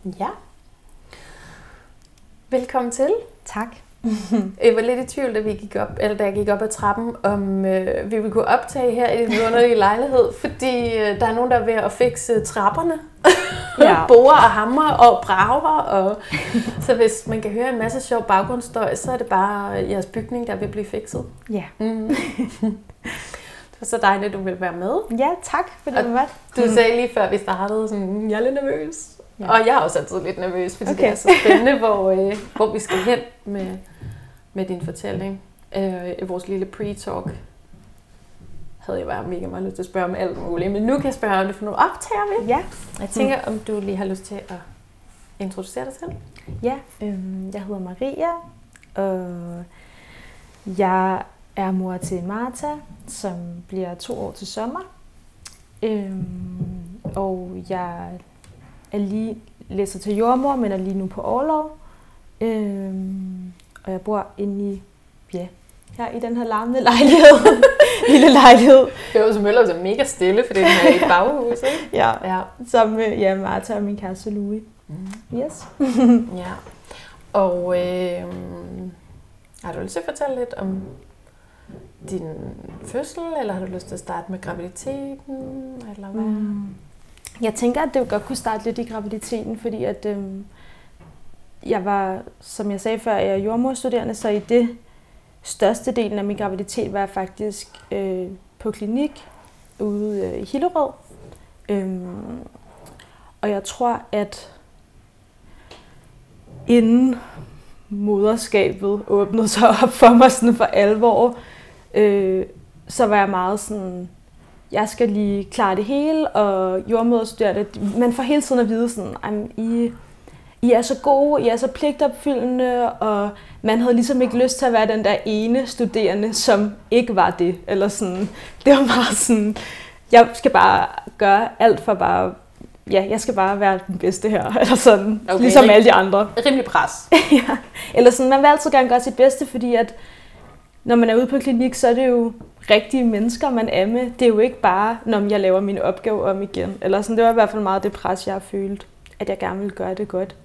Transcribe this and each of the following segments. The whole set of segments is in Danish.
Ja. Velkommen til. Tak. Jeg var lidt i tvivl, da jeg gik op ad trappen, om vi ville kunne optage her i den underlige lejlighed, fordi der er nogen, der er ved at fikse trapperne. Ja. Borer og hammer og brager. Og så hvis man kan høre en masse sjov baggrundsstøj, så er det bare jeres bygning, der vil blive fikset. Ja. Det var så dejligt, at du ville være med. Ja, tak for det. Du sagde lige før, vi startede, sådan, jeg er lidt nervøs. Ja. Og jeg er også altid lidt nervøs, fordi det er så spændende, hvor vi skal hen med din fortælling. I vores lille pre-talk havde jeg bare mega meget lyst til at spørge om alt muligt. Men nu kan jeg spørge om det, for nu optager vi. Ja. Jeg tænker, om du lige har lyst til at introducere dig selv. Ja, jeg hedder Maria, og jeg er mor til Martha, som bliver 2 år til sommer. Og jeg er lige læser til jordmor, men er lige nu på orlov. Og jeg bor inde her i den her larmende lejlighed. Lille lejlighed. Det er jo som ellers mega stille, for det er i et baghus, ikke? Ja. Sammen med Martha og min kæreste Louis. Yes. Ja. Og har du lyst til at fortælle lidt om din fødsel, eller har du lyst til at starte med graviditeten, eller hvad? Jeg tænker, at det godt kunne starte lidt i graviditeten, fordi at jeg var, som jeg sagde før, jeg er jordmorstuderende, så i det største delen af min graviditet var jeg faktisk på klinik ude i Hillerød. Og jeg tror, at inden moderskabet åbnede sig op for mig sådan for alvor, så var jeg meget sådan, jeg skal lige klare det hele, og jordmoderstuderende, man får hele tiden at vide sådan, I er så gode, I er så pligtopfyldende, og man havde ligesom ikke lyst til at være den der ene studerende, som ikke var det. Eller sådan, det var meget sådan, jeg skal bare gøre alt for bare, jeg skal bare være den bedste her, eller sådan, okay, ligesom alle de andre. Rimelig pres. Ja, eller sådan, man vil altid gerne gøre sit bedste, fordi at når man er ude på klinik, så er det jo rigtige mennesker, man er med. Det er jo ikke bare, når jeg laver mine opgaver om igen. Eller sådan, det var i hvert fald meget det pres, jeg har følt, at jeg gerne ville gøre det godt.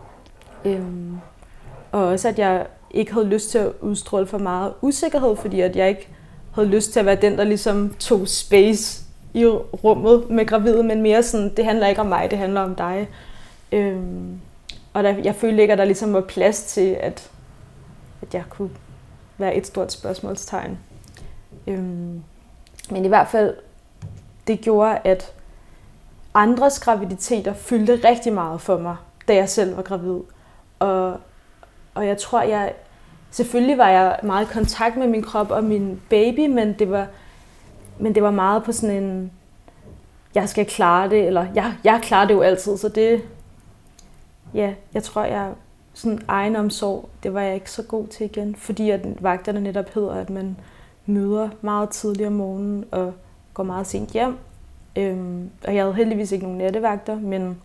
Og også, at jeg ikke havde lyst til at udstråle for meget usikkerhed, fordi at jeg ikke havde lyst til at være den, der ligesom tog space i rummet med gravide, men mere sådan, det handler ikke om mig, det handler om dig. Og jeg følte ikke, at der ligesom var plads til, at jeg kunne være et stort spørgsmålstegn. Men i hvert fald, det gjorde, at andres graviditeter fyldte rigtig meget for mig, da jeg selv var gravid. Og jeg tror, selvfølgelig var jeg meget i kontakt med min krop og min baby, men det var meget på sådan en, jeg skal klare det, eller jeg klarer det jo altid, så det, jeg tror, sådan egenomsorg, det var jeg ikke så god til igen, fordi at vagterne netop hedder, at man møder meget tidligt om morgenen og går meget sent hjem. Og jeg havde heldigvis ikke nogen nattevagter, men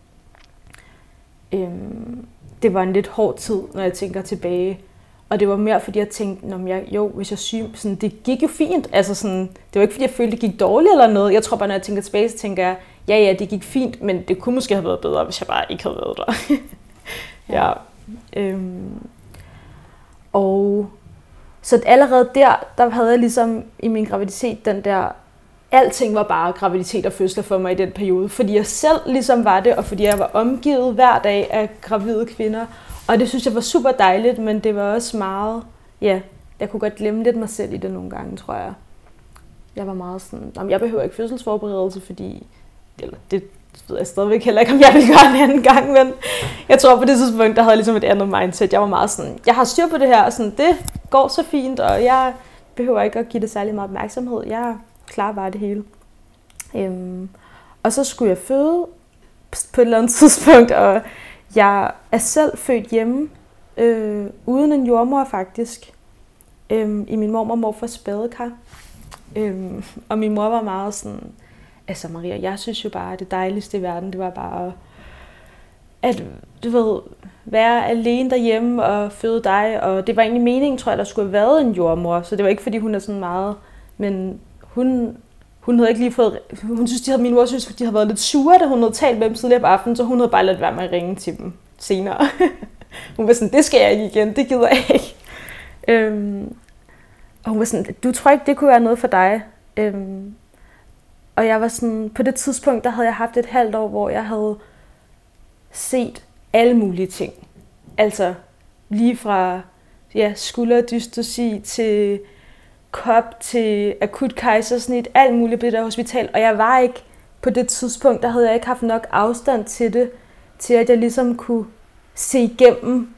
det var en lidt hård tid, når jeg tænker tilbage. Og det var mere, fordi jeg tænkte, hvis jeg syg, sådan, det gik jo fint. Altså sådan, det var ikke, fordi jeg følte, det gik dårligt eller noget. Jeg tror bare, når jeg tænker tilbage, så tænker jeg, ja, det gik fint, men det kunne måske have været bedre, hvis jeg bare ikke havde været der. Ja. Og så allerede der havde jeg ligesom i min graviditet den der, alting var bare graviditet og fødsler for mig i den periode, fordi jeg selv ligesom var det, og fordi jeg var omgivet hver dag af gravide kvinder, og det synes jeg var super dejligt, men det var også meget, jeg kunne godt glemme lidt mig selv i det nogle gange, tror jeg. Jeg var meget sådan, jeg behøver ikke fødselsforberedelse, fordi, eller det ved jeg stadigvæk heller ikke, om jeg vil gøre en anden gang, men jeg tror på det tidspunkt, der havde ligesom et andet mindset. Jeg var meget sådan, jeg har styr på det her, og sådan, det går så fint, og jeg behøver ikke at give det særlig meget opmærksomhed. Jeg klarer bare det hele. Og så skulle jeg føde på et eller andet tidspunkt, og jeg er selv født hjemme, uden en jordmor faktisk, i min mormor og morfars badekar. Og min mor var meget sådan, altså Maria, jeg synes jo bare, at det dejligste i verden, det var bare at, være alene derhjemme og føde dig. Og det var egentlig meningen, tror jeg, der skulle have været en jordmor. Så det var ikke, fordi hun er sådan meget, men hun hun havde ikke lige fået, min mor synes, de havde været lidt sure, da hun havde talt med dem tidligere på aftenen, så hun havde bare ladet være med at ringe til dem senere. Hun var sådan, det skal jeg ikke igen, det gider jeg ikke. Og hun var sådan, du tror ikke, det kunne være noget for dig? Og jeg var sådan, på det tidspunkt, der havde jeg haft et halvt år, hvor jeg havde set alle mulige ting. Altså lige fra skulderdystasi til kop til akut kejsersnit, alt muligt på det der hospital. Og jeg var ikke, på det tidspunkt, der havde jeg ikke haft nok afstand til det, til at jeg ligesom kunne se igennem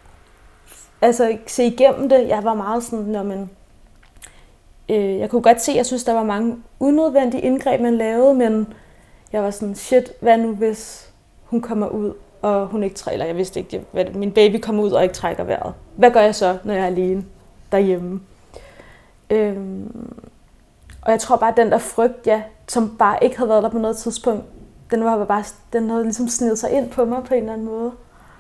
det. Jeg var meget sådan, jeg kunne godt se, jeg synes, der var mange unødvendige indgreb, man lavede, men jeg var sådan, shit, hvad nu hvis hun kommer ud, og hun ikke træler. Jeg vidste ikke, hvad min baby kommer ud og ikke trækker vejret. Hvad gør jeg så, når jeg er alene derhjemme? Og jeg tror bare, at den der frygt, som bare ikke havde været der på noget tidspunkt, den havde ligesom snedet sig ind på mig på en eller anden måde.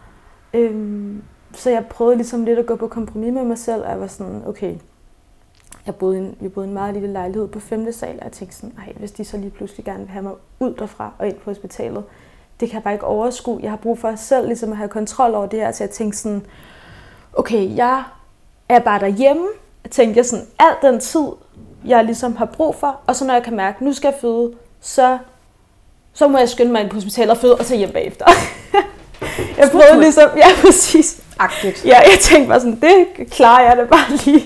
Så jeg prøvede ligesom lidt at gå på kompromis med mig selv, og jeg var sådan, okay, vi boede i en meget lille lejlighed på 5. sal, og jeg tænkte sådan, hvis de så lige pludselig gerne vil have mig ud derfra og ind på hospitalet, det kan jeg bare ikke overskue. Jeg har brug for selv ligesom at have kontrol over det her, så jeg tænkte sådan, okay, jeg er bare derhjemme. Jeg tænkte sådan, al den tid, jeg ligesom har brug for, og så når jeg kan mærke, at nu skal jeg føde, så må jeg skynde mig ind på hospitalet og føde, og så hjem bagefter. Jeg prøvede ligesom, ja præcis. Agtigt. Ja, jeg tænkte bare sådan, det klarer jeg da bare lige.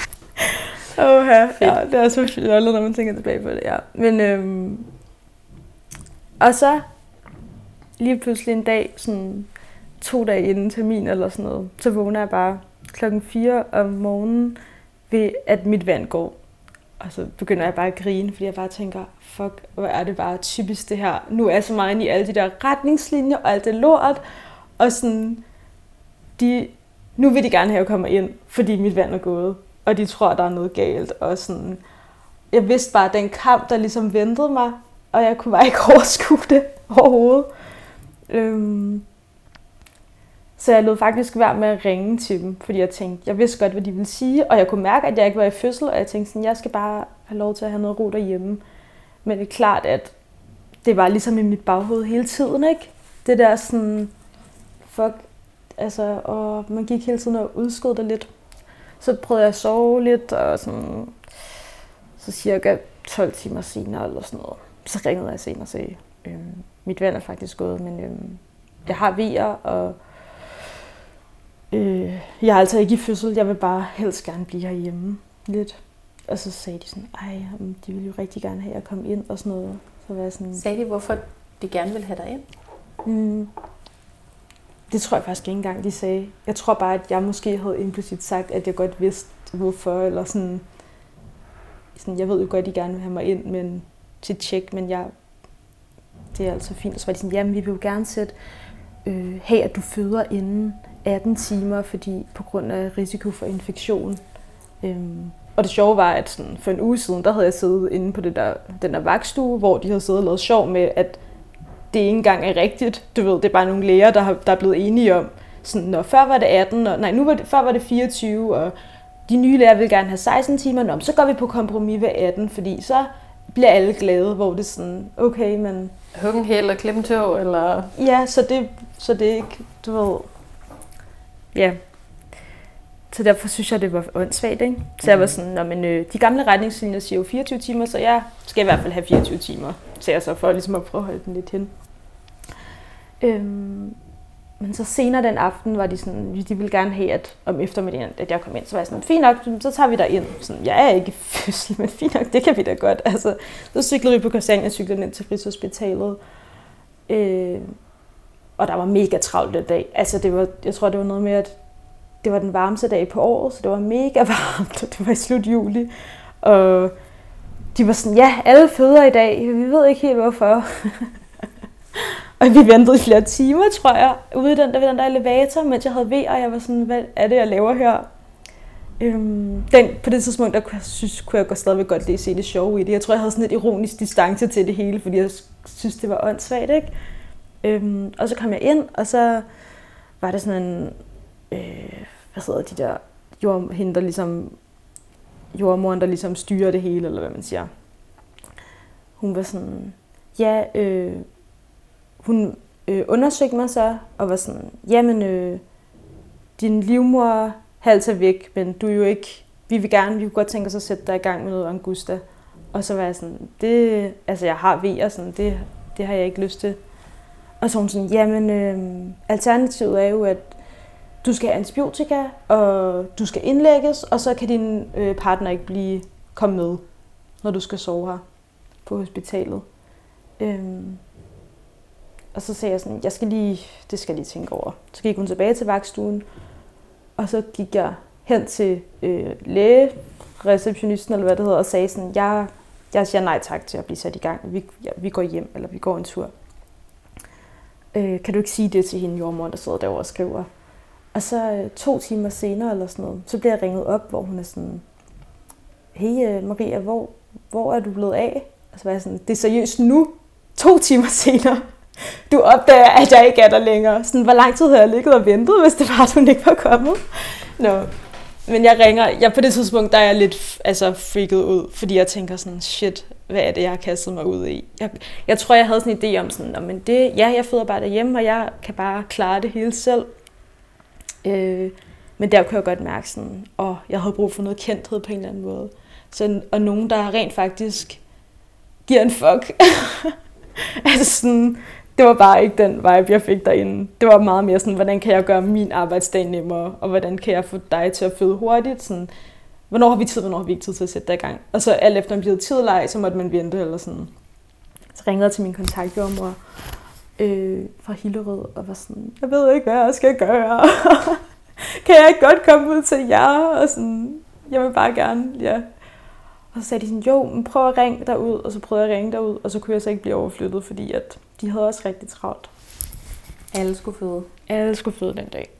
Ja, det er så fjollet, når man tænker tilbage på det, ja. Men, og så lige pludselig en dag, sådan 2 dage inden termin eller sådan noget, så vågner jeg bare 4:00 om morgenen ved, at mit vand går. Og så begynder jeg bare at grine, fordi jeg bare tænker, fuck, hvor er det bare typisk det her. Nu er jeg så meget inde i alle de der retningslinjer og alt det lort, og sådan, nu vil de gerne have, at jeg kommer ind, fordi mit vand er gået, og de tror, der er noget galt, og sådan, jeg vidste bare, den kamp, der ligesom ventede mig, og jeg kunne bare ikke overskue det overhovedet. Så jeg lod faktisk være med at ringe til dem, fordi jeg tænkte, jeg vidste godt, hvad de ville sige, og jeg kunne mærke, at jeg ikke var i fødsel, og jeg tænkte sådan, jeg skal bare have lov til at have noget ro derhjemme. Men det er klart, at det var ligesom i mit baghoved hele tiden, ikke? Det der sådan, fuck, altså, og man gik hele tiden og udskød det lidt. Så prøvede jeg at sove lidt, og sådan, så cirka 12 timer senere eller sådan noget. Så ringede jeg senere og sagde, mit vand er faktisk gået, men jeg har vejer, og jeg er altså ikke i fødsel, jeg vil bare helst gerne blive herhjemme lidt. Og så sagde de sådan, de ville jo rigtig gerne have, at jeg kom ind og sådan noget. Så var jeg sådan, sagde de, hvorfor de gerne ville have dig ind? Det tror jeg faktisk ikke engang, de sagde. Jeg tror bare, at jeg måske havde implicit sagt, at jeg godt vidste, hvorfor. Eller sådan jeg ved jo godt, at de gerne vil have mig ind men, til tjek, men det er altså fint. Og så var de sådan, jamen vi vil jo gerne have, at du føder inden 18 timer, fordi på grund af risiko for infektion. Og det sjove var, at sådan, for en uge siden, der havde jeg siddet inde på den der vagtstue, hvor de havde siddet og lavet sjov med, at det ikke engang er rigtigt. Du ved, det er bare nogle læger, der er blevet enige om, sådan, før var det 18, før var det 24, og de nye læger vil gerne have 16 timer, så går vi på kompromis ved 18, fordi så bliver alle glade, hvor det er sådan, okay, men huggen hæl og klippe en tå, eller ja, så det er ikke, du ved, ja. Så derfor synes jeg, det var åndssvagt, ikke? Så jeg var sådan, de gamle retningslinjer siger jo 24 timer, så jeg skal i hvert fald have 24 timer. Så jeg så for ligesom at prøve at holde den lidt hen. Men så senere den aften var de sådan, de ville gerne have, at om eftermiddagen, at jeg kom ind, så var jeg sådan, fint nok, så tager vi der ind. Sådan, jeg er ikke fødsel, men fint nok, det kan vi da godt. Altså, så cyklede vi på Christiania, cyklede ind til Rigshospitalet. Og der var mega travlt den dag. Altså, jeg tror, det var noget med, at det var den varmeste dag på året, så det var mega varmt, og det var i slut juli. Og de var sådan, ja, alle føder i dag, vi ved ikke helt hvorfor. Og vi ventede i flere timer, tror jeg, ude ved den der elevator, mens jeg havde ved, og jeg var sådan, hvad er det, jeg laver her? På det tidspunkt, der kunne jeg stadigvæk godt lide se det sjove i det. Jeg tror, jeg havde sådan et ironisk distance til det hele, fordi jeg synes, det var åndssvagt, ikke? Og så kom jeg ind, og så var det sådan en, de der jordmoren, der ligesom styrer det hele, eller hvad man siger. hun var sådan, hun undersøgte mig så, og var sådan, jamen, din livmoderhals er væk, men du er jo ikke, vi kunne godt tænke os at sætte dig i gang med noget Angusta. Og så var jeg sådan, jeg har vejer, sådan, det har jeg ikke lyst til. Og så hun sådan, jamen, alternativet er jo, at du skal have antibiotika, og du skal indlægges, og så kan din partner ikke komme med, når du skal sove her på hospitalet. Og så sagde jeg sådan, det skal jeg lige tænke over. Så gik hun tilbage til vagtstuen, og så gik jeg hen til lægereceptionisten, eller hvad det hedder, og sagde sådan, jeg siger nej tak til at blive sat i gang. Vi går hjem, eller vi går en tur. Kan du ikke sige det til hende, jordmoren, der sidder derovre og skriver? Og så 2 timer senere, eller sådan noget, så bliver jeg ringet op, hvor hun er sådan, hey Maria, hvor er du blevet af? Og så var jeg sådan, det er seriøst nu, 2 timer senere. Du opdager, at jeg ikke er der længere. Sådan, hvor lang tid havde jeg ligget og ventet, hvis det var, at hun ikke var kommet? Men jeg ringer, på det tidspunkt, der er jeg lidt freaket ud, fordi jeg tænker sådan, shit, hvad er det, jeg har kastet mig ud i? Jeg tror, jeg havde sådan en idé om sådan, men jeg føder bare derhjemme, og jeg kan bare klare det hele selv. Men der kunne jeg godt mærke sådan, jeg havde brug for noget kendthed på en eller anden måde. Og nogen, der rent faktisk giver en fuck. Sådan, det var bare ikke den vibe, jeg fik derinde. Det var meget mere sådan, hvordan kan jeg gøre min arbejdsdag nemmere, og hvordan kan jeg få dig til at føde hurtigt. Sådan, hvornår har vi ikke tid til at sætte dig i gang? Og så alt efter man bliver tidlig, så måtte man vente eller sådan. Så ringede jeg til min kontaktjordmor fra Hillerød og var sådan, jeg ved ikke, hvad jeg skal gøre. Kan jeg ikke godt komme ud til jer? Og sådan, jeg vil bare gerne, ja. Og så sagde de sådan, jo, men prøv at ringe derud, og så prøvede jeg at ringe derud, og så kunne jeg så ikke blive overflyttet, fordi at de havde også rigtig travlt. Alle skulle føde. Alle skulle føde den dag.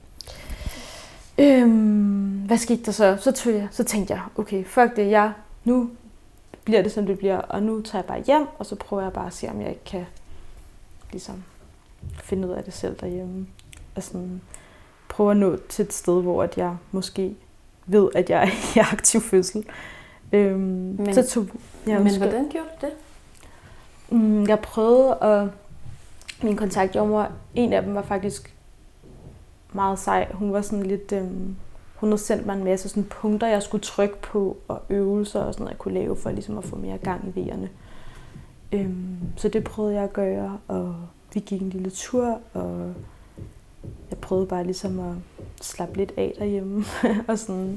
Hvad skete der så? Så tænkte jeg, okay, fuck det, nu bliver det, som det bliver, og nu tager jeg bare hjem, og så prøver jeg bare at se, om jeg ikke kan ligesom finde ud af det selv derhjemme. Og sådan prøve at nå til et sted, hvor at jeg måske ved, at jeg er i aktiv fødsel. Men hvordan gjorde du det? Jeg prøvede min kontaktjordmor, en af dem var faktisk meget sej. Hun var sådan lidt, hun havde sendt mig en masse sådan punkter, jeg skulle trykke på, og øvelser og sådan noget, jeg kunne lave for ligesom at få mere gang i vejerne. Så det prøvede jeg at gøre, og vi gik en lille tur, og jeg prøvede bare ligesom at slappe lidt af derhjemme og sådan.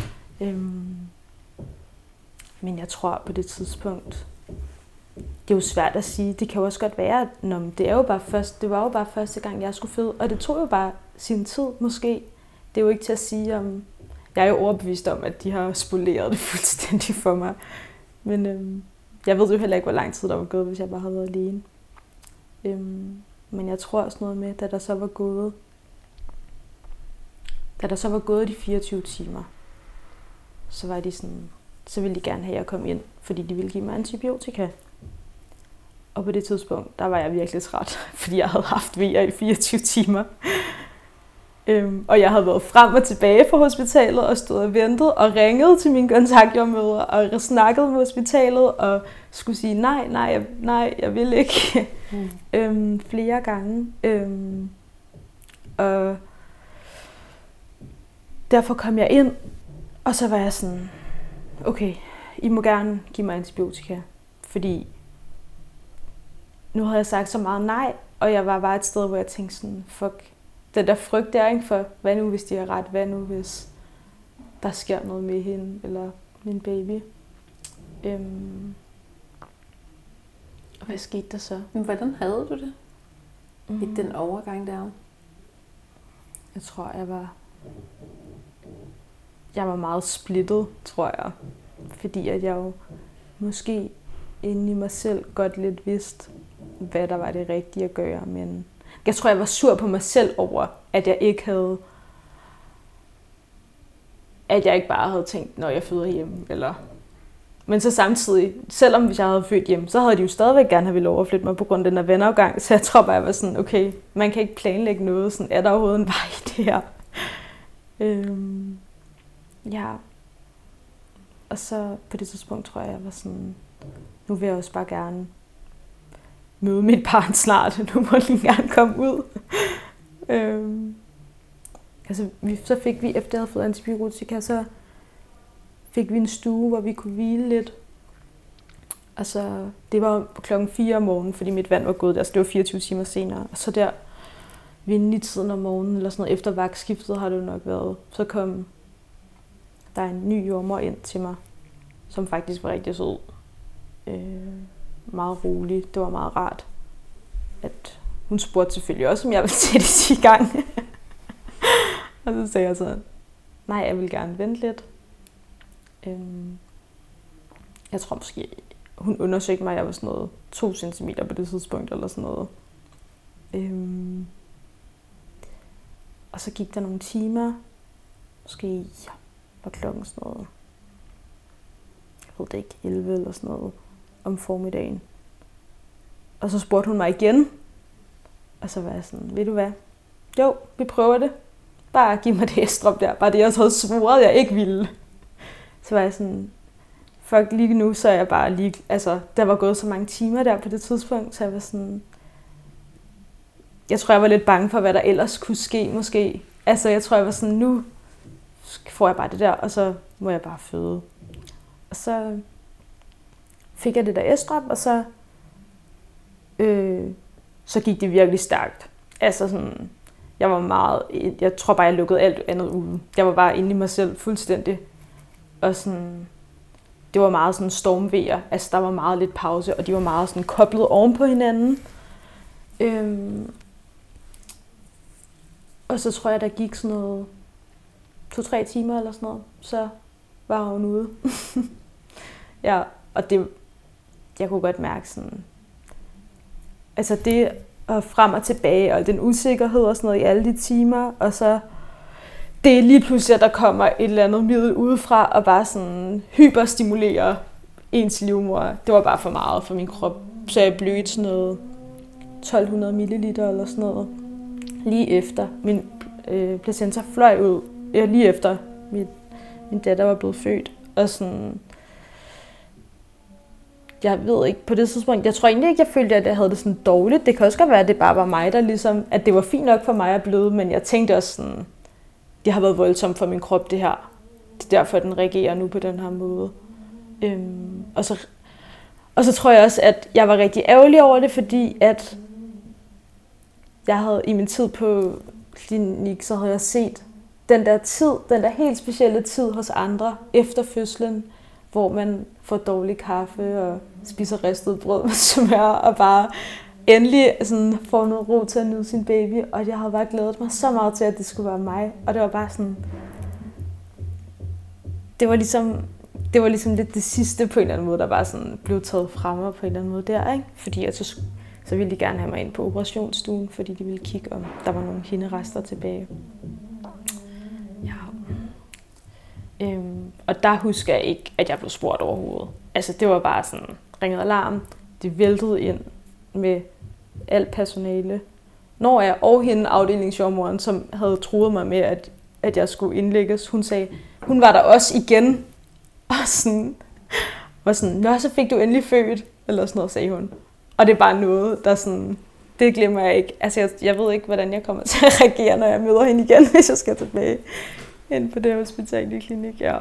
Men jeg tror på det tidspunkt, det er jo svært at sige. Det kan jo også godt være, at det var jo bare første gang, jeg skulle føde, og det tog jo bare sin tid måske. Det er jo ikke til at sige, om jeg er jo overbevist om, at de har spoleret det fuldstændig for mig. Men jeg ved jo heller ikke, hvor lang tid der var gået, hvis jeg bare havde været alene. Men jeg tror også noget med, da der så var gået de 24 timer, så var de sådan, så ville de gerne have, at jeg kom ind, fordi de ville give mig antibiotika. Og på det tidspunkt, der var jeg virkelig træt, fordi jeg havde haft vejer i 24 timer. Og jeg havde været frem og tilbage fra hospitalet og stået og ventet og ringet til mine kontaktjordmødre og snakket med hospitalet og skulle sige nej, jeg vil ikke. Flere gange. Og derfor kom jeg ind, og så var jeg sådan, okay, I må gerne give mig antibiotika, fordi nu havde jeg sagt så meget nej, og jeg var bare et sted, hvor jeg tænkte sådan, fuck, den der frygt der, ikke, for hvad nu hvis de har ret, hvad nu hvis der sker noget med hende, eller min baby. Og hvad skete der så? Men hvordan havde du det? I den overgang der? Jeg tror, jeg var meget splittet, tror jeg. Fordi at jeg jo måske inde i mig selv godt lidt vidste, hvad der var det rigtige at gøre. Men jeg tror, jeg var sur på mig selv over, at jeg ikke bare havde tænkt, når jeg føder hjemme. Men så samtidig, selvom hvis jeg havde født hjemme, så havde de jo stadigvæk gerne have ville overflytte mig på grund af den her venafgang. Så jeg tror bare, jeg var sådan, okay, man kan ikke planlægge noget. Sådan, er der overhovedet en vej i det her? Ja. Og så på det tidspunkt tror jeg var sådan, nu vil jeg også bare gerne møde mit barn snart. Nu må den gerne komme ud. Så fik vi, efter jeg havde fået antibiotika, så fik vi en stue, hvor vi kunne hvile lidt. Og så, det var 4:00 om morgenen, fordi mit vand var gået der, så det var 24 timer senere. Og så der ved 9-tiden om morgenen, eller sådan noget, efter vagtskiftet har det jo nok været, så kom der en ny jordemoder ind til mig, som faktisk var rigtig sød. Meget rolig. Det var meget rart. At hun spurgte selvfølgelig også, om jeg ville sættes i gang. Og så sagde jeg så, nej, jeg vil gerne vente lidt. Jeg tror måske, hun undersøgte mig, jeg var sådan noget 2 centimeter på det tidspunkt, eller sådan noget. Og så gik der nogle timer, måske var klokken sådan noget, jeg ved det ikke, 11 eller sådan noget, om formiddagen. Og så spurgte hun mig igen, og så var jeg sådan, ved du hvad? Jo, vi prøver det. Bare giv mig det estrop der. Bare det, jeg havde svoret, jeg ikke ville. Så var jeg sådan, fuck, lige nu, så er jeg bare lige... Altså, der var gået så mange timer der på det tidspunkt, så jeg var sådan... Jeg tror, jeg var lidt bange for, hvad der ellers kunne ske, måske. Altså, jeg tror, jeg var sådan, nu får jeg bare det der, og så må jeg bare føde. Og så fik jeg det der estrop, og så gik det virkelig stærkt. Altså sådan... Jeg tror bare, jeg lukkede alt andet ude. Jeg var bare inde i mig selv fuldstændig. Og sådan, det var meget sådan stormvejr. Altså, der var meget lidt pause, og de var meget sådan koblet oven på hinanden. Og så tror jeg, der gik sådan noget 2-3 timer eller sådan noget. Så var hun ude. Ja, og det, jeg kunne godt mærke sådan... Altså det... og frem og tilbage, og den usikkerhed og sådan noget i alle de timer, og så det er lige pludselig, at der kommer et eller andet middel udefra, og bare sådan hyperstimulerer ens livmoder. Det var bare for meget for min krop, så jeg blødte sådan noget 1200 milliliter eller sådan noget, lige efter min placenta fløj ud, lige efter min datter var blevet født, og sådan... Jeg ved ikke, på det tidspunkt, jeg tror egentlig ikke, jeg følte, at jeg havde det sådan dårligt. Det kan også godt være, at det bare var mig, der ligesom, at det var fint nok for mig at bløde, men jeg tænkte også sådan, det har været voldsomt for min krop, det her. Det er derfor, den reagerer nu på den her måde. Og så tror jeg også, at jeg var rigtig ærgerlig over det, fordi at jeg havde i min tid på klinik, så havde jeg set den der helt specielle tid hos andre efter fødslen, hvor man får dårlig kaffe og spiser ristet brød med smør og bare endelig sådan får noget ro til at nyde sin baby. Og jeg havde bare glædet mig så meget til, at det skulle være mig. Og det var bare sådan... Det var ligesom lidt det sidste på en eller anden måde, der bare sådan blev taget fra mig på en eller anden måde der, ikke? Fordi at så ville de gerne have mig ind på operationsstuen, fordi de ville kigge, om der var nogle hinderester tilbage. Ja. Og der husker jeg ikke, at jeg blev spurgt overhovedet. Altså det var bare sådan, ringede alarm, det væltede ind med alt personale. Når jeg og hende, afdelingsjordemoderen, som havde truet mig med, at jeg skulle indlægges, hun sagde, hun var der også igen. Og sådan, nå, så fik du endelig født, eller sådan noget, sagde hun. Og det er bare noget, der sådan, det glemmer jeg ikke. Altså jeg ved ikke, hvordan jeg kommer til at reagere, når jeg møder hende igen, hvis jeg skal tilbage ind på det hospital i klinik, ja.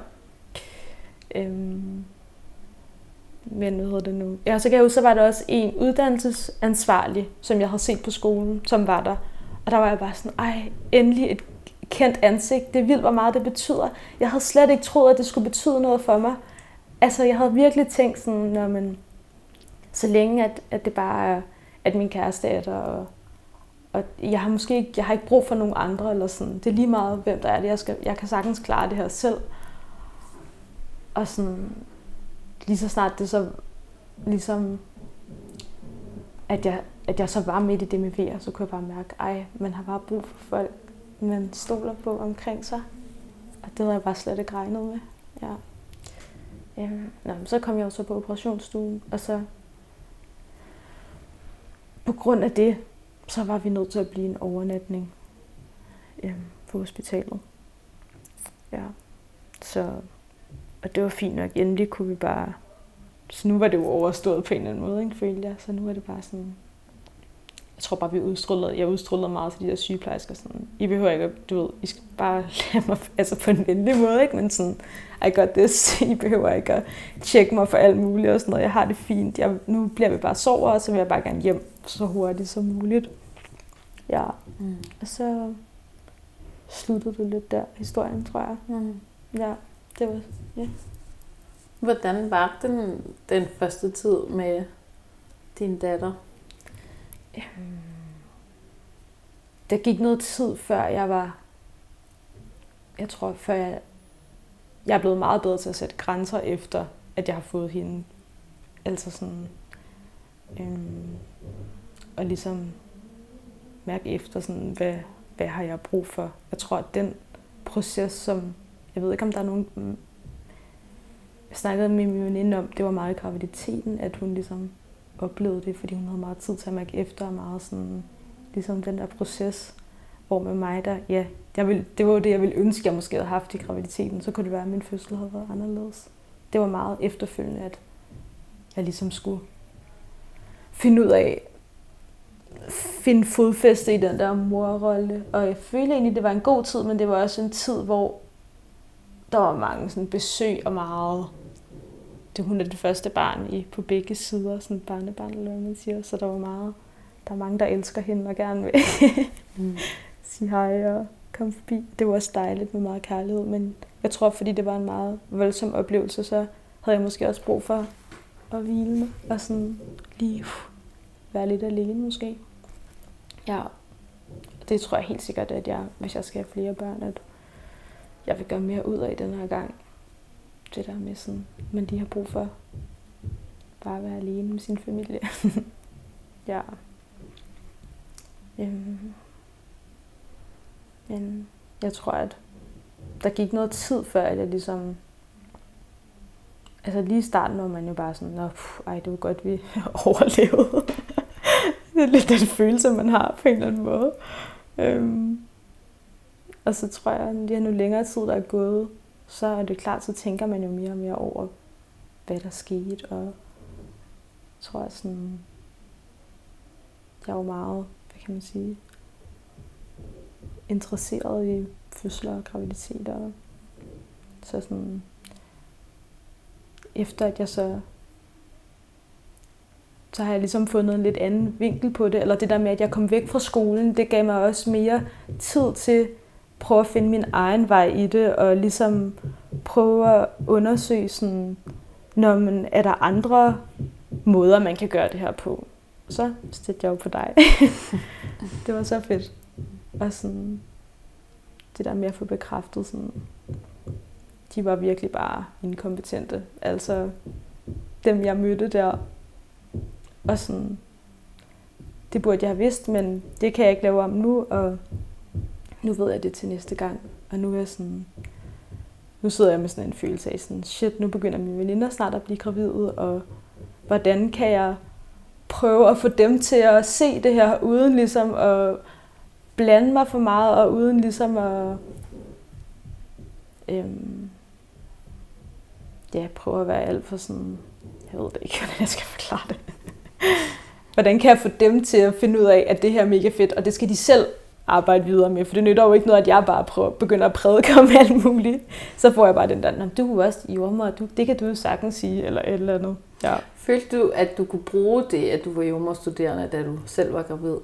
Men hvad hedder det nu? Ja, så kan jeg huske, så var der også en uddannelsesansvarlig, som jeg havde set på skolen, som var der. Og der var jeg bare sådan, endelig et kendt ansigt. Det er vildt, hvor meget det betyder. Jeg havde slet ikke troet, at det skulle betyde noget for mig. Altså, jeg havde virkelig tænkt sådan, men så længe, at det bare er, at min kæreste er der, og jeg har ikke brug for nogen andre, eller sådan. Det er lige meget, hvem der er det. Jeg kan sagtens klare det her selv. Og sådan, lige så snart det så, ligesom, at jeg så var midt i det med VR, så kunne jeg bare mærke, man har bare brug for folk, man stoler på omkring sig. Og det havde jeg bare slet ikke regnet med. Ja. Så kom jeg også på operationsstuen, og så på grund af det, så var vi nødt til at blive en overnatning på hospitalet. Ja. Så, og det var fint nok. Endelig kunne vi bare Så nu var det jo overstået på en eller anden måde, ikke, følte jeg. Så nu er det bare sådan... Jeg tror bare, jeg udstrålede meget til de der sygeplejersker. Sådan, I behøver ikke, du ved, I skal bare lade mig, altså på en venlig måde, ikke? Men sådan, I got this. I behøver ikke at tjekke mig for alt muligt og sådan noget. Jeg har det fint. Nu bliver vi bare sover, og så vil jeg bare gerne hjem så hurtigt som muligt. Ja. Og så sluttede det lidt der, historien, tror jeg. Ja, det var... Ja. Hvordan var den første tid med din datter? Der gik noget tid, før jeg er blevet meget bedre til at sætte grænser efter, at jeg har fået hende. Altså sådan, og ligesom mærke efter, sådan, hvad har jeg brug for. Jeg tror, at den proces, som, jeg ved ikke, om der er nogen, jeg snakkede med min veninde om, det var meget i graviditeten, at hun ligesom oplevede det, fordi hun havde meget tid til at mærke efter, og meget sådan, ligesom den der proces, hvor med mig, der, ja, det var jo det, jeg ville ønske, jeg måske havde haft i graviditeten, så kunne det være, at min fødsel havde været anderledes. Det var meget efterfølgende, at jeg ligesom skulle finde ud af, finde fodfæste i den der morrolle, og jeg følte egentlig, det var en god tid, men det var også en tid, hvor der var mange sådan besøg og meget. Hun er det første barn på begge sider, sådan et barnebarn, eller hvad man siger, så der er mange, der elsker hende og gerne vil sige hej og komme forbi. Det var også dejligt med meget kærlighed, men jeg tror, fordi det var en meget voldsom oplevelse, så havde jeg måske også brug for at hvile mig og sådan lige være lidt alene måske. Ja, det tror jeg helt sikkert, at hvis jeg skal have flere børn, at jeg vil gøre mere ud af den her gang. Det der med sådan, man lige har brug for bare at være alene med sin familie. Ja. Men jeg tror, at der gik noget tid før, at jeg ligesom... Altså lige i starten var man jo bare sådan, det var godt, vi overlevede. Det er lidt den følelse, man har på en eller anden måde. Og så tror jeg, at lige nu længere tid, der er gået, så er det klart, så tænker man jo mere og mere over, hvad der skete. Og jeg tror, at sådan, jeg er jo meget, hvad kan man sige, interesseret i fødsler og graviditeter. Så sådan, efter at jeg så har jeg ligesom fundet en lidt anden vinkel på det. Eller det der med, at jeg kom væk fra skolen, det gav mig også mere tid til prøve at finde min egen vej i det, og ligesom prøve at undersøge sådan, er der andre måder, man kan gøre det her på. Så stødte jeg jo på dig. Det var så fedt. Og sådan, det der med at få bekræftet, sådan, de var virkelig bare inkompetente. Altså, dem jeg mødte der, og sådan, det burde jeg have vidst, men det kan jeg ikke lave om nu, og nu ved jeg det til næste gang. Og nu er jeg sådan, nu sidder jeg med sådan en følelse af sådan, shit, nu begynder mine veninder snart at blive gravide, og hvordan kan jeg prøve at få dem til at se det her, uden ligesom at blande mig for meget, og uden ligesom at prøve at være alt for sådan, jeg ved det ikke, hvordan jeg skal forklare det. Hvordan kan jeg få dem til at finde ud af, at det her er mega fedt, og det skal de selv arbejde videre med, for det nytter jo ikke noget, at jeg bare begynder at prædike om alt muligt. Så får jeg bare den der, du er også jordmor, det kan du jo sagtens sige, eller et eller andet. Ja. Følte du, at du kunne bruge det, at du var jordmorstuderende, da du selv var gravid?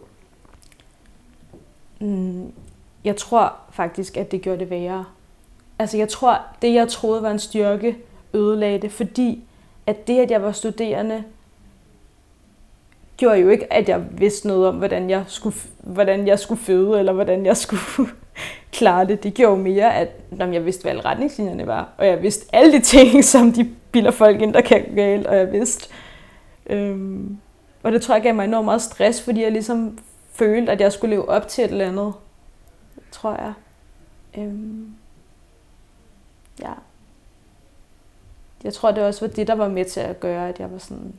Jeg tror faktisk, at det gjorde det værre. Altså jeg tror, det jeg troede var en styrke, ødelagde det, fordi at det, at jeg var studerende, gjorde jo ikke, at jeg vidste noget om, hvordan jeg skulle føde, eller hvordan jeg skulle klare det. Det gjorde jo mere, at jeg vidste, hvad alle retningslinjerne var, og jeg vidste alle de ting, som de bilder folk ind, der kan gå galt, og jeg vidste. Og det tror jeg gav mig enormt meget stress, fordi jeg ligesom følte, at jeg skulle leve op til et eller andet, tror jeg. Ja. Jeg tror, det også var det, der var med til at gøre, at jeg var sådan,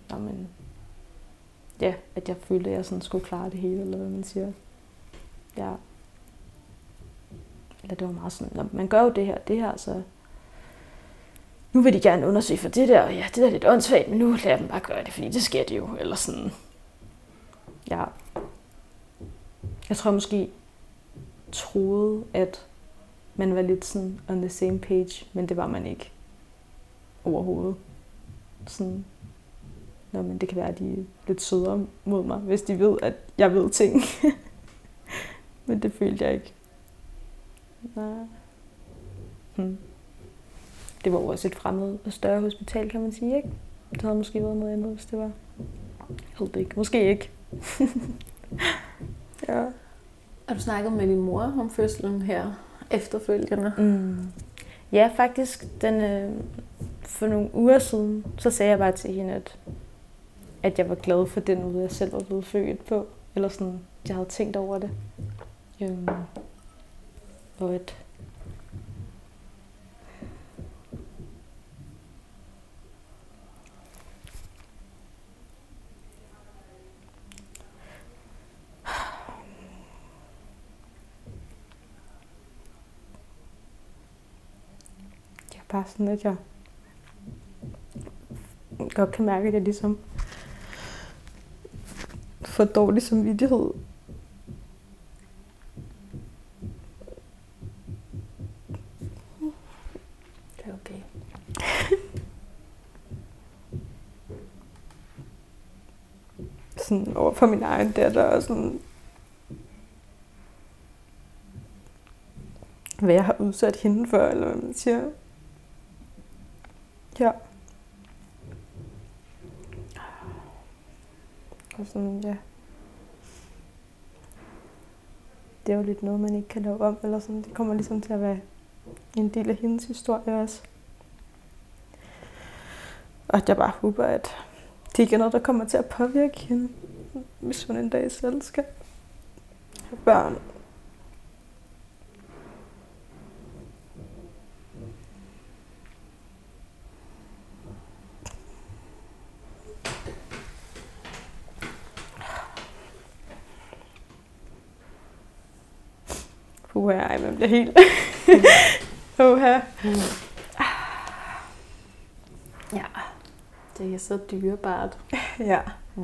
at jeg følte, at jeg sådan skulle klare det hele, eller hvad man siger. Ja. Eller det var meget sådan, man gør jo det her, så nu vil de gerne undersøge for det der, og ja, det der er lidt åndssvagt, men nu lader jeg dem bare gøre det, fordi det sker det jo, eller sådan. Ja. Jeg tror måske troede, at man var lidt sådan on the same page, men det var man ikke overhovedet. Sådan, men det kan være, at de er lidt sødere mod mig, hvis de ved, at jeg ved ting. Men det følte jeg ikke. Nej. Det var også et fremmed og større hospital, kan man sige, ikke? Det havde måske været noget andet, hvis det var. Jeg ved det ikke. Måske ikke. Ja. Har du snakket med din mor om fødslen her efterfølgende? Ja, faktisk. For nogle uger siden, så sagde jeg bare til hende, at jeg var glad for den måde, jeg selv var blevet født på. Eller sådan, jeg havde tænkt over det. Og at bare sådan, at jeg godt kan mærke, at jeg ligesom får dårlig samvittighed. Det er okay. Sådan over for min egen datter og sådan, hvad jeg har udsat hende for, eller hvad man siger. Ja. Og sådan, ja. Det er jo lidt noget, man ikke kan lave om, eller sådan. Det kommer ligesom til at være en del af hendes historie også. Og jeg bare håber, at det ikke er noget, der kommer til at påvirke hende, hvis hun en dag selv skal have børn. Ej, man bliver helt... Ja, det er så dyrebart. Ja.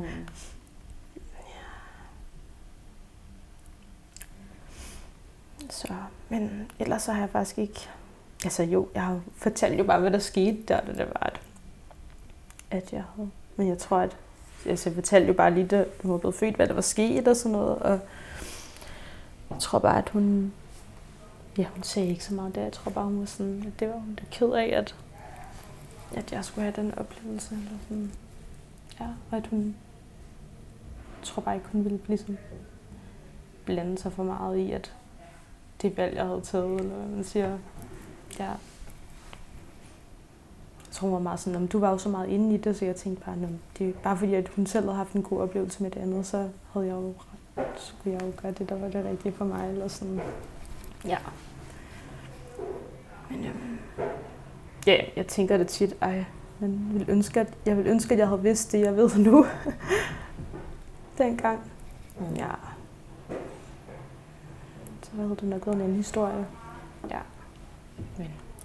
Så, men ellers så har jeg faktisk ikke... Altså jo, jeg har fortalt jo bare, hvad der skete der, da det var, at jeg havde... Men jeg tror, at... Altså, jeg fortalte jo bare lige, da hun var blevet født, hvad der var sket og sådan noget, og jeg tror bare, at hun... Ja, hun sagde ikke så meget der. Jeg tror bare, hun var sådan, at det var hun da ked af, at jeg skulle have den oplevelse. Eller sådan. Ja, og at hun... Jeg tror bare ikke, hun ville ligesom blande sig for meget i, at det valg, jeg havde taget, eller hvad man siger. Ja. Jeg tror, hun var meget sådan, du var jo så meget inde i det, så jeg tænkte bare, det er bare fordi, at hun selv havde haft en god oplevelse med det andet, så havde jeg jo skulle jeg jo gøre det, der var det rigtige for mig, eller sådan. Ja. Men ja, jeg tænker det tit, men jeg vil ønske, at jeg havde vidst det, jeg ved nu. Dengang. Ja. Så havde det nok været en anden historie. Ja. Men.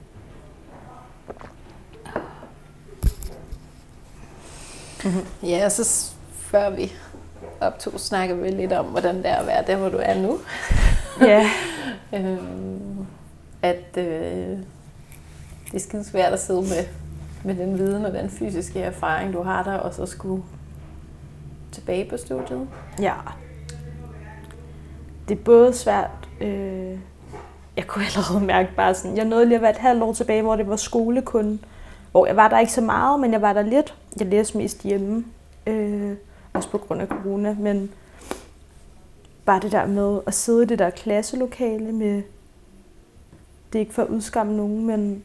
Ja, så før vi optog, snakker vi lidt om, hvordan det er at være der, hvor du er nu. Ja. At det er skide svært at sidde med den viden og den fysiske erfaring, du har der, og så skulle tilbage på studiet. Ja. Det er både svært... jeg kunne allerede mærke bare sådan... Jeg nåede lige at være et halvt år tilbage, hvor det var skole kun. Hvor jeg var der ikke så meget, men jeg var der lidt. Jeg læste mest hjemme. Også på grund af corona, men... Bare det der med at sidde i det der klasselokale med... Det er ikke for at udskamme nogen, men...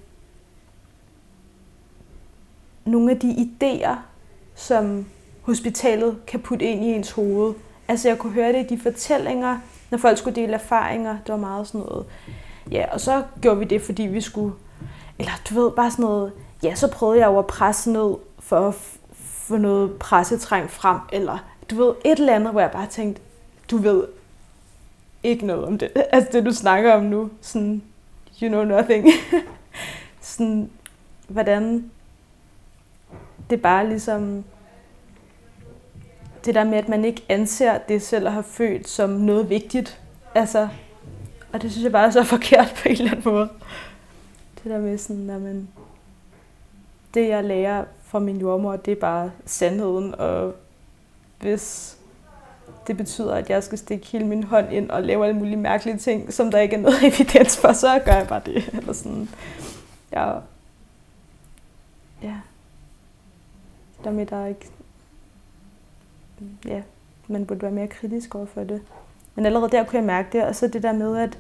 Nogle af de idéer, som hospitalet kan putte ind i ens hoved. Altså jeg kunne høre det i de fortællinger, når folk skulle dele erfaringer. Det var meget sådan noget... Ja, og så gjorde vi det, fordi vi skulle... Eller du ved, bare sådan noget... Ja, så prøvede jeg jo at presse ned for at få noget pressetræng frem. Eller du ved, et eller andet, hvor jeg bare tænkte, du ved ikke noget om det. Altså det, du snakker om nu. Sådan, you know nothing. Sådan, hvordan det bare ligesom, det der med, at man ikke anser det selv at have født som noget vigtigt. Altså, og det synes jeg bare er så forkert på en eller anden måde. Det der med sådan, at det jeg lærer fra min jordmor, det er bare sandheden, og hvis det betyder, at jeg skal stikke hele min hånd ind og lave alle mulige mærkelige ting, som der ikke er noget evidens for, så gør jeg bare det. Eller sådan. Ja. Der med, der ikke... Ja, man burde være mere kritisk over for det. Men allerede der kunne jeg mærke det, og så det der med, at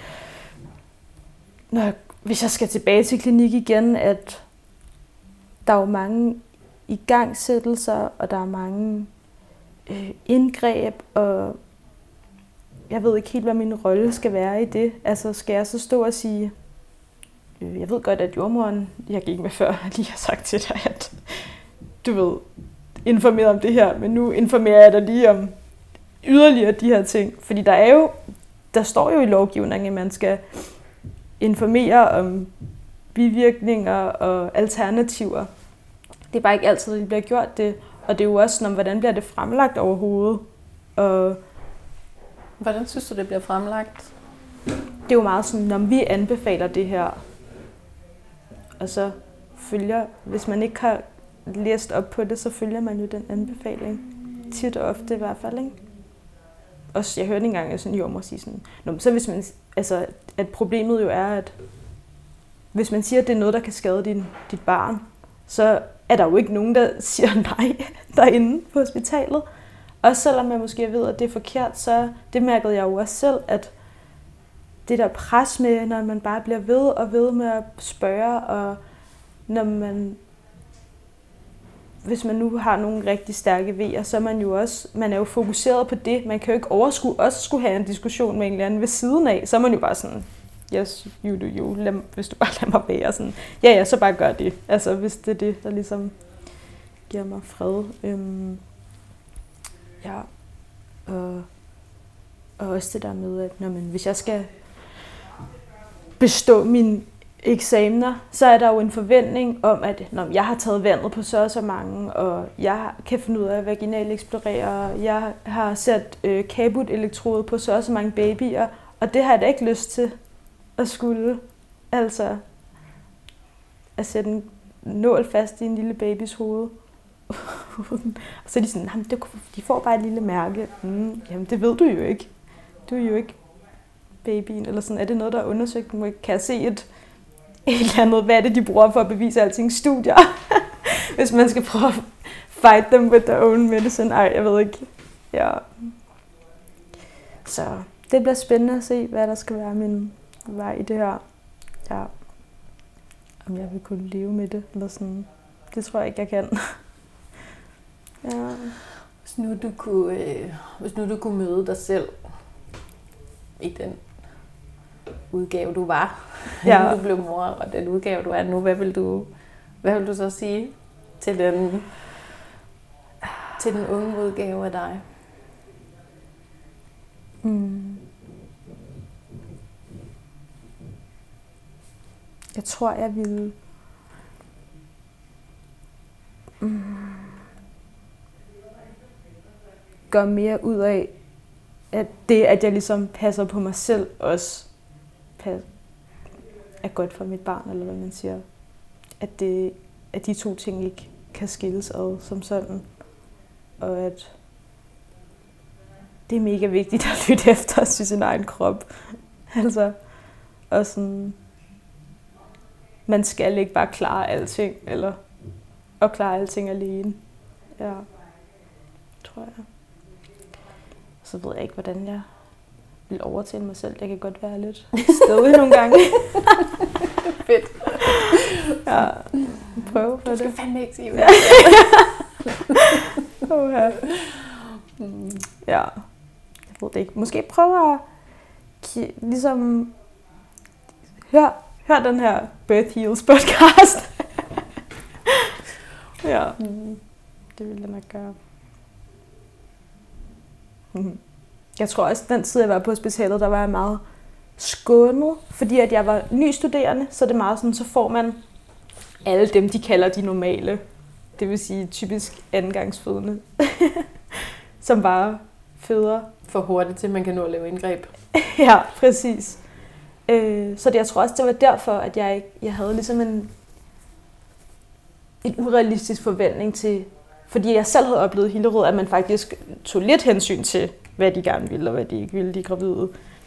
hvis jeg skal tilbage til klinik igen, at der er jo mange igangsættelser, og der er mange indgreb, og jeg ved ikke helt, hvad min rolle skal være i det. Altså, skal jeg så stå og sige, jeg ved godt, at jordmoren, jeg gik med før, lige har sagt til dig, at du ved, informere om det her, men nu informerer jeg dig lige om yderligere de her ting. Fordi der står jo i lovgivningen, at man skal informere om bivirkninger og alternativer. Det er bare ikke altid, at det bliver gjort det. Og det er jo også sådan, hvordan bliver det fremlagt overhovedet. Og hvordan synes du, det bliver fremlagt? Det er jo meget sådan, når vi anbefaler det her, og så følger, hvis man ikke har læst op på det, så følger man jo den anbefaling. Tit og ofte i hvert fald, ikke? Også, jeg hørte engang, at sådan jordmor sige sådan, så hvis man, altså, at problemet jo er, at hvis man siger, at det er noget, der kan skade dit barn, så er der jo ikke nogen, der siger nej derinde på hospitalet. Også selvom jeg måske ved, at det er forkert, så det mærkede jeg jo også selv, at det der pres med, når man bare bliver ved og ved med at spørge, og når hvis man nu har nogle rigtig stærke vejer, så er man er jo fokuseret på det. Man kan jo ikke overskue også skulle have en diskussion med en eller anden ved siden af. Så er man jo bare sådan, yes, you do you, hvis du bare lader mig være. Sådan, ja, så bare gør det. Altså, hvis det er det, der ligesom giver mig fred. Og også det der med, at hvis jeg skal bestå mine eksamener, så er der jo en forventning om, at jeg har taget vandet på så og så mange, og jeg kan finde ud af at vaginal eksplorere, jeg har sat kabut-elektrode på så og så mange babyer, og det har jeg da ikke lyst til at skulle. Altså, at sætte en nål fast i en lille babys hoved. Og så er de sådan, de får bare et lille mærke. Jamen, det ved du jo ikke. Du er jo ikke babyen, eller sådan. Er det noget, der er undersøgt? Kan jeg se et eller andet, hvad er det, de bruger for at bevise alting? Studier. Hvis man skal prøve at fight them with their own medicine. Ej, jeg ved ikke. Ja. Så det bliver spændende at se, hvad der skal være min vej i det her. Ja. Om jeg vil kunne leve med det, eller sådan. Det tror jeg ikke, jeg kan. Ja. Hvis nu du kunne møde dig selv i den udgave, du var, inden du blev mor, og den udgave, du er nu, hvad vil du så sige til den unge udgave af dig? Jeg tror, jeg ville gøre mere ud af, at det, at jeg ligesom passer på mig selv, også er godt for mit barn, eller hvad man siger. At de to ting ikke kan skilles ad som sådan. Og at det er mega vigtigt at lytte efter sin egen krop. Altså, og sådan, man skal ikke bare klare alting, eller at klare alting alene. Ja, tror jeg. Så ved jeg ikke, hvordan jeg vil overtale mig selv. Jeg kan godt være lidt stedig nogle gange. Fedt. Ja, prøv på det. Du skal fandme ikke sige, hvad ja. Ja, jeg ved det ikke. Måske prøve at ligesom hør den her Birth Heals podcast. Ja, det vil jeg nok gøre. Jeg tror også, den tid, jeg var på hospitalet, der var jeg meget skånet, fordi at jeg var ny studerende, så det er meget sådan, så får man alle dem, de kalder de normale. Det vil sige typisk andengangsfødende, som bare føder. For hurtigt til, man kan nå at lave indgreb. Ja, præcis. Så jeg tror også, det var derfor, at jeg havde ligesom en urealistisk forventning til, fordi jeg selv havde oplevet i Hillerød, at man faktisk tog lidt hensyn til, hvad de gerne ville, og hvad de ikke ville, de gravide.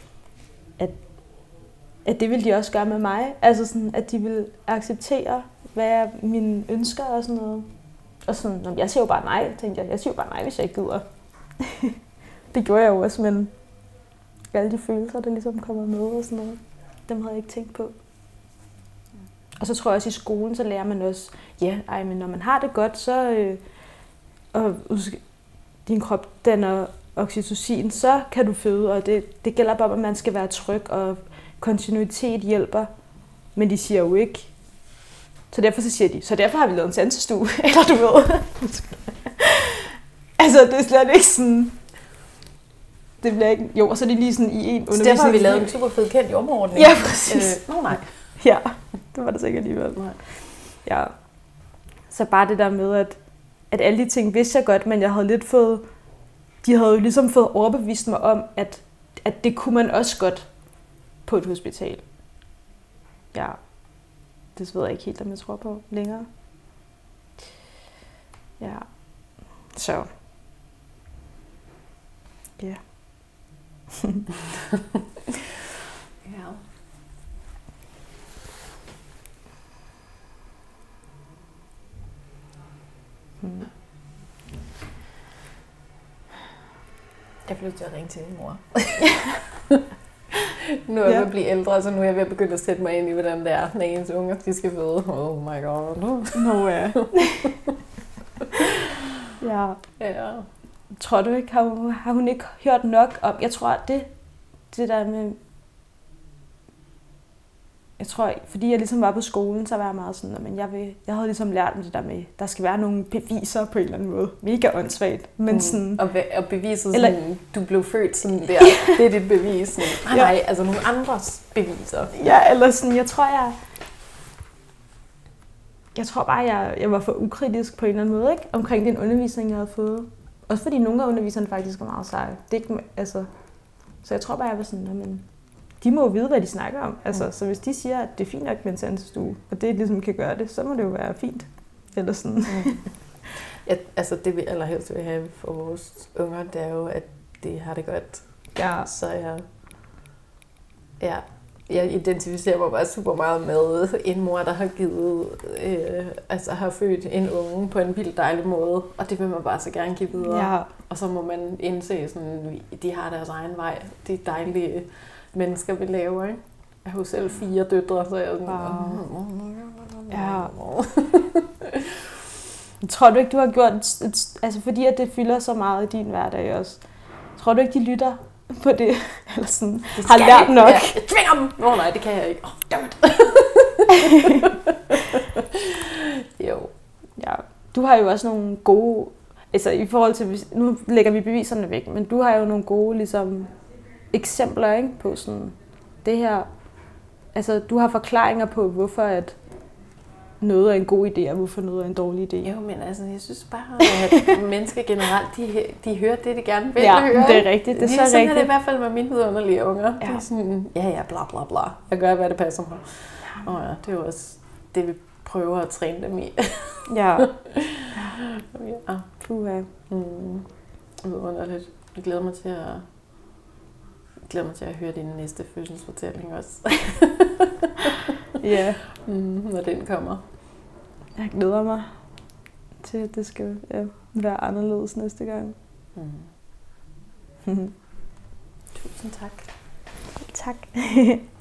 At det ville de også gøre med mig. Altså sådan, at de ville acceptere, hvad mine ønsker og sådan noget. Og sådan, jeg siger jo bare nej, tænkte jeg. Jeg siger jo bare nej, hvis jeg ikke gider. Det gjorde jeg jo også, men alle de følelser, der ligesom kommer med og sådan noget, dem havde jeg ikke tænkt på. Og så tror jeg også, i skolen, så lærer man også, men når man har det godt, så og din krop danner oxytocin, så kan du føde, og det gælder bare, at man skal være tryg, og kontinuitet hjælper. Men de siger jo ikke. Så derfor så siger de, så derfor har vi lavet en sansestue, eller du ved. Altså, det er slet ikke sådan. Det bliver ikke. Jo, og så er det lige sådan i en undervisning. Så derfor har vi lavet en super fed kendt jordmorordning. Ja, præcis. Nej. Ja, det var det sikkert alligevel. Nej. Ja. Så bare det der med, at alle de ting vidste jeg godt, men jeg havde lidt fået. De havde jo ligesom fået overbevist mig om, at det kunne man også godt på et hospital. Ja. Det ved jeg ikke helt, om jeg tror på længere. Ja. Så. Ja. Yeah. Ja. Jeg får lyst til at ringe til min mor. Nu er jeg ved at blive ældre, så nu er jeg ved at begynde at sætte mig ind i, hvordan det er, når ens unger de skal føde. Oh my god. Nå ja. Ja. Ja. Tror du ikke, har hun ikke hørt nok om, jeg tror, det der med, jeg tror, fordi jeg ligesom var på skolen, så var jeg meget sådan, men jeg havde ligesom lært det der med, der skal være nogle beviser på en eller anden måde. Mega åndssvagt, men sådan. Og beviset sådan, du blev født sådan der, det er dit bevis. Sådan, nej, altså nogle andres beviser. Ja, eller sådan, jeg tror bare, jeg var for ukritisk på en eller anden måde, ikke? Omkring den undervisning, jeg havde fået. Også fordi nogle af underviserne faktisk var meget seje. Det er ikke, altså, så jeg tror bare, jeg var sådan, men de må jo vide, hvad de snakker om. Altså, så hvis de siger, at det er fint nok med en sansestue, og det ligesom kan gøre det, så må det jo være fint. Eller sådan. Ja, altså det vi allerhelst vil have for vores unger, det er jo, at de har det godt. Ja. Så jeg identificerer mig bare super meget med en mor, der har givet, har født en unge på en vildt dejlig måde, og det vil man bare så gerne give videre. Ja. Og så må man indse, sådan, de har deres egen vej. De dejlige mennesker, vi laver, ikke? Jeg har jo selv 4 døtre, så jeg er sådan... Ja. Tror du ikke, du har gjort... Altså fordi at det fylder så meget i din hverdag også. Tror du ikke, de lytter på det? Eller sådan, har lært nok? Ja. Jeg tvinger dem! Nej, det kan jeg ikke. Dammit. Jo. Ja. Du har jo også nogle gode... Altså i forhold til... Nu lægger vi beviserne væk, men du har jo nogle gode ligesom, eksempler, ikke, på sådan det her... Altså du har forklaringer på, hvorfor at noget er en god idé, og hvorfor noget er en dårlig idé. Jo, men altså, jeg synes bare, at mennesker generelt, de hører det, de gerne vil høre. Ja, det er rigtigt. Det er så sådan rigtigt. er det i hvert fald med mine vidunderlige unger. Ja. Det er sådan, bla bla bla. Jeg gør, hvad det passer mig. Ja, det er jo også det, vi prøver at træne dem i. Ja. Ja. Puha. Vidunderligt. Jeg glæder mig til at høre din næste fødselsfortælling også. Ja. Når den kommer. Jeg glæder mig til, at det skal være anderledes næste gang. Tusind tak. Tak.